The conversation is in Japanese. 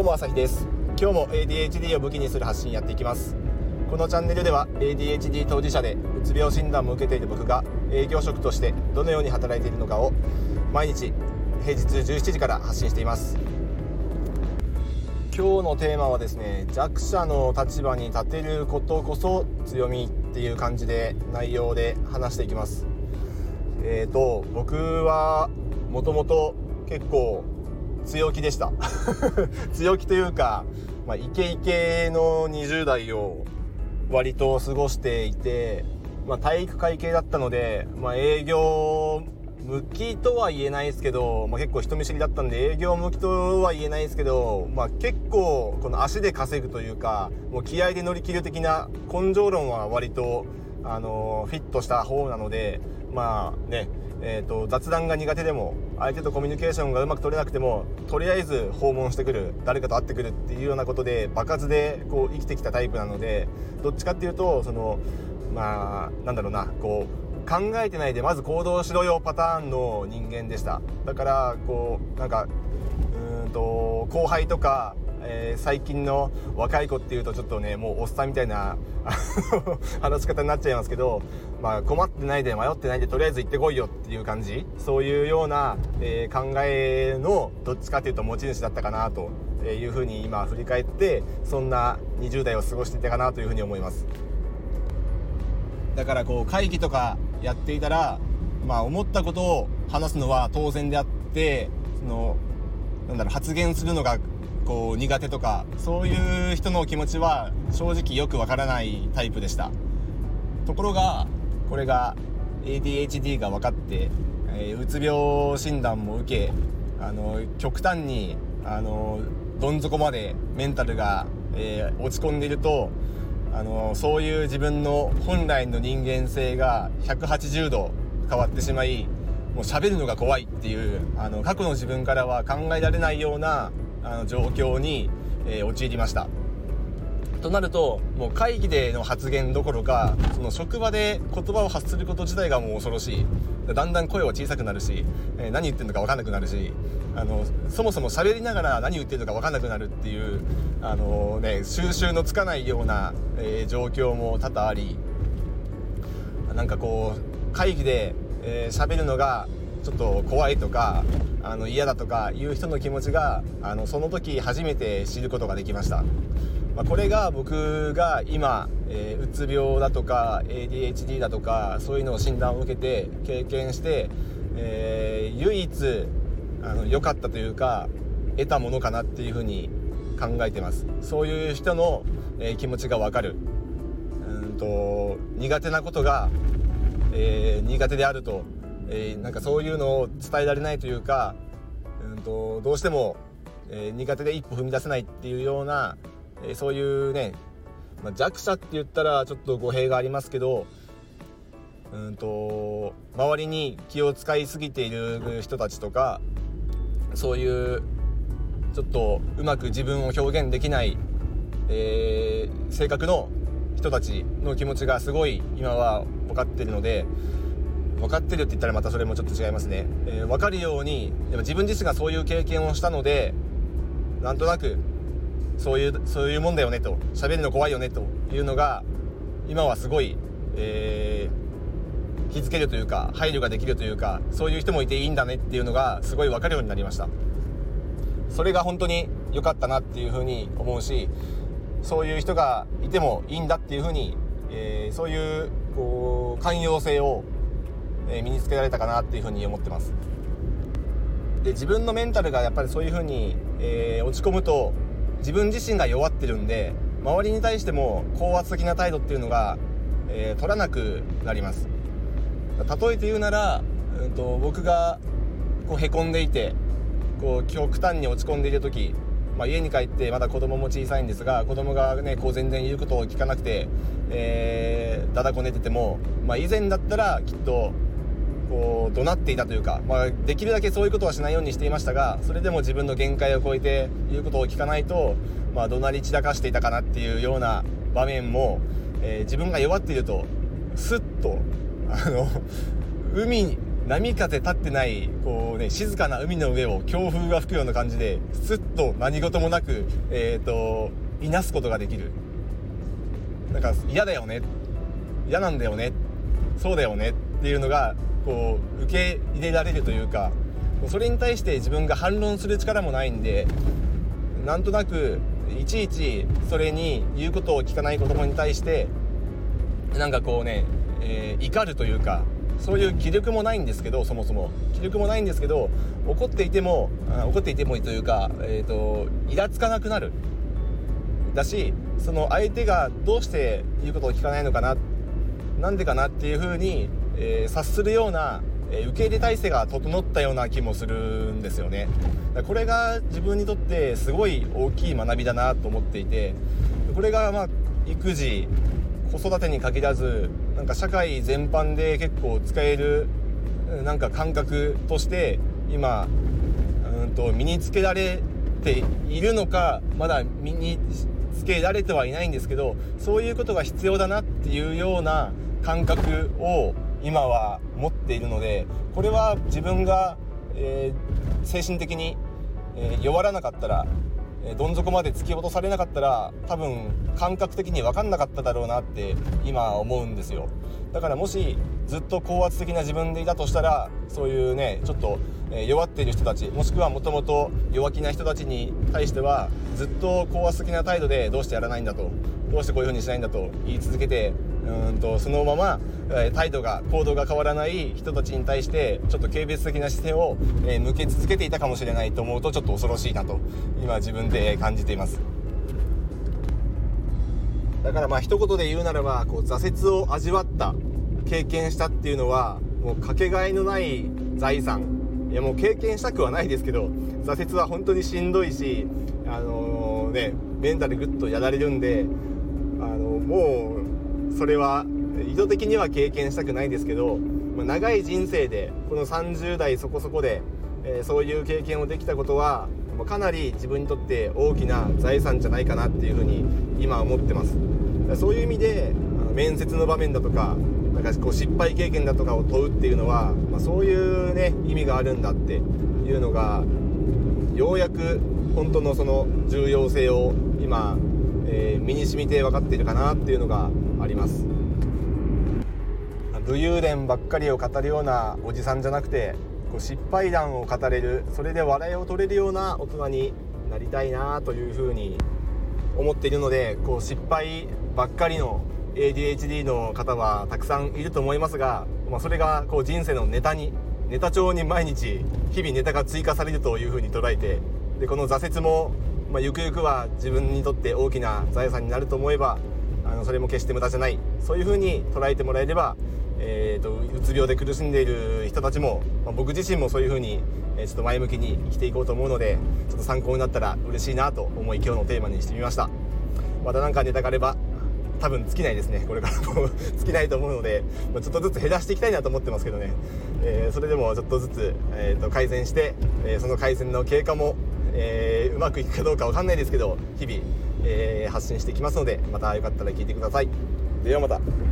も朝日です。今日も ADHD を武器にする発信やっていきます。このチャンネルでは ADHD 当事者でうつ病診断も受けている僕が営業職としてどのように働いているのかを毎日平日17時から発信しています。今日のテーマはですね、弱者の立場に立てることこそ強みっていう感じで内容で話していきます。僕はもともと結構強気でした強気というか、イケイケの20代を割と過ごしていて、体育会系だったので、営業向きとは言えないですけど、結構人見知りだったんで営業向きとは言えないですけど、結構この足で稼ぐというか、もう気合で乗り切る的な根性論は割とフィットした方なので、雑談が苦手でも相手とコミュニケーションがうまく取れなくてもとりあえず訪問してくる、誰かと会ってくるっていうようなことで場数でこう生きてきたタイプなので、どっちかっていうと考えてないでまず行動しろよパターンの人間でした。だから後輩とか、最近の若い子っていうとちょっとね、もうおっさんみたいな話し方になっちゃいますけど、困ってないで迷ってないでとりあえず行ってこいよっていう感じ、そういうような、考えのどっちかというと持ち主だったかなというふうに今振り返って、そんな20代を過ごしていたかなというふうに思います。だから会議とかやっていたら、思ったことを話すのは当然であって、発言するのが苦手とか、そういう人の気持ちは正直よくわからないタイプでした。ところがこれが ADHD が分かって、うつ病診断も受け、極端にどん底までメンタルが、落ち込んでいると、そういう自分の本来の人間性が180度変わってしまい、もう喋るのが怖いっていう、過去の自分からは考えられないような状況に、陥りました。となると、もう会議での発言どころか、その職場で言葉を発すること自体がもう恐ろしい。だんだん声は小さくなるし、何言ってるのか分かんなくなるし、そもそも喋りながら何言ってるのか分かんなくなるっていう、収集のつかないような、状況も多々あり、会議で喋るのがちょっと怖いとか嫌だとかいう人の気持ちがその時初めて知ることができました。これが僕が今、うつ病だとか ADHD だとかそういうのを診断を受けて経験して、唯一良かったというか得たものかなっていうふうに考えてます。そういう人の、気持ちが分かる。苦手なことが、苦手であると、そういうのを伝えられないというか、どうしても、苦手で一歩踏み出せないっていうような、そういうね、弱者って言ったらちょっと語弊がありますけど、周りに気を使いすぎている人たちとか、そういうちょっとうまく自分を表現できない、性格の人たちの気持ちがすごい今は分かってるので、分かってるって言ったらまたそれもちょっと違いますね。分かるように、でも自分自身がそういう経験をしたので、なんとなくそういうもんだよねと、喋るの怖いよねというのが今はすごい、気づけるというか配慮ができるというか、そういう人もいていいんだねっていうのがすごい分かるようになりました。それが本当に良かったなっていうふうに思うし、そういう人がいてもいいんだっていうふうに、そういう寛容性を身につけられたかなっていうふうに思ってます。で、自分のメンタルがやっぱりそういうふうに、落ち込むと自分自身が弱ってるんで、周りに対しても高圧的な態度っていうのが、取らなくなります。例えて言うなら、僕がへこんでいて極端に落ち込んでいる時、家に帰ってまだ子供も小さいんですが、子供がね全然言うことを聞かなくて、だだこねてても、以前だったらきっと怒鳴っていたというか、できるだけそういうことはしないようにしていましたが、それでも自分の限界を超えて言うことを聞かないと、怒鳴り散らかしていたかなっていうような場面も、自分が弱っているとスッと海波風立ってないこう、ね、静かな海の上を強風が吹くような感じでスッと何事もなく、いなすことができる。なんか嫌だよね、嫌なんだよね、そうだよねっていうのがこう受け入れられるというか、それに対して自分が反論する力もないんで、なんとなくいちいちそれに言うことを聞かない子供に対してなんかこうね、怒るというか、そういう気力もないんですけど、そもそも気力もないんですけど、怒っていてもいいというか、イラつかなくなるだし、その相手がどうして言うことを聞かないのかな、なんでかなっていう風に、察するような、受け入れ体制が整ったような気もするんですよね。これが自分にとってすごい大きい学びだなと思っていて、これが育児子育てに限らずなんか社会全般で結構使えるなんか感覚として今身につけられているのか、まだ身につけられてはいないんですけど、そういうことが必要だなっていうような感覚を今は持っているので、これは自分が、精神的に、弱らなかったら、どん底まで突き落とされなかったら多分感覚的に分かんなかっただろうなって今思うんですよ。だからもしずっと高圧的な自分でいたとしたら、そういうねちょっと弱っている人たち、もしくはもともと弱気な人たちに対してはずっと高圧的な態度でどうしてやらないんだと、どうしてこういう風にしないんだと言い続けて、そのまま態度が行動が変わらない人たちに対してちょっと軽蔑的な視線を向け続けていたかもしれないと思うと、ちょっと恐ろしいなと今自分で感じています。だから一言で言うならば、こう挫折を味わった経験したっていうのはもうかけがえのない財産。いやもう経験したくはないですけど、挫折は本当にしんどいし、メンタルグッとやられるんで、もうそれは意図的には経験したくないですけど、長い人生でこの30代そこそこで、そういう経験をできたことはかなり自分にとって大きな財産じゃないかなっていうふうに今思ってます。そういう意味で面接の場面だとか、なんかこう失敗経験だとかを問うっていうのは、そういうね意味があるんだっていうのがようやく本当のその重要性を今、身に染みて分かっているかなっていうのがあります。武勇伝ばっかりを語るようなおじさんじゃなくて、こう失敗談を語れる、それで笑いを取れるような大人になりたいなというふうに思っているので、こう失敗ばっかりの ADHD の方はたくさんいると思いますが、それがこう人生のネタ帳に毎日日々ネタが追加されるというふうに捉えて、でこの挫折も、ゆくゆくは自分にとって大きな財産になると思えば、それも決して無駄じゃない、そういうふうに捉えてもらえれば、うつ病で苦しんでいる人たちも、僕自身もそういうふうに、ちょっと前向きに生きていこうと思うので、ちょっと参考になったら嬉しいなと思い今日のテーマにしてみました。また何かネタがあれば、多分尽きないですね、これからも尽きないと思うので、ちょっとずつ減らしていきたいなと思ってますけどね、それでもちょっとずつ、改善して、その改善の経過も、うまくいくかどうかわかんないですけど日々、発信していきますので、またよかったら聞いてください。ではまた。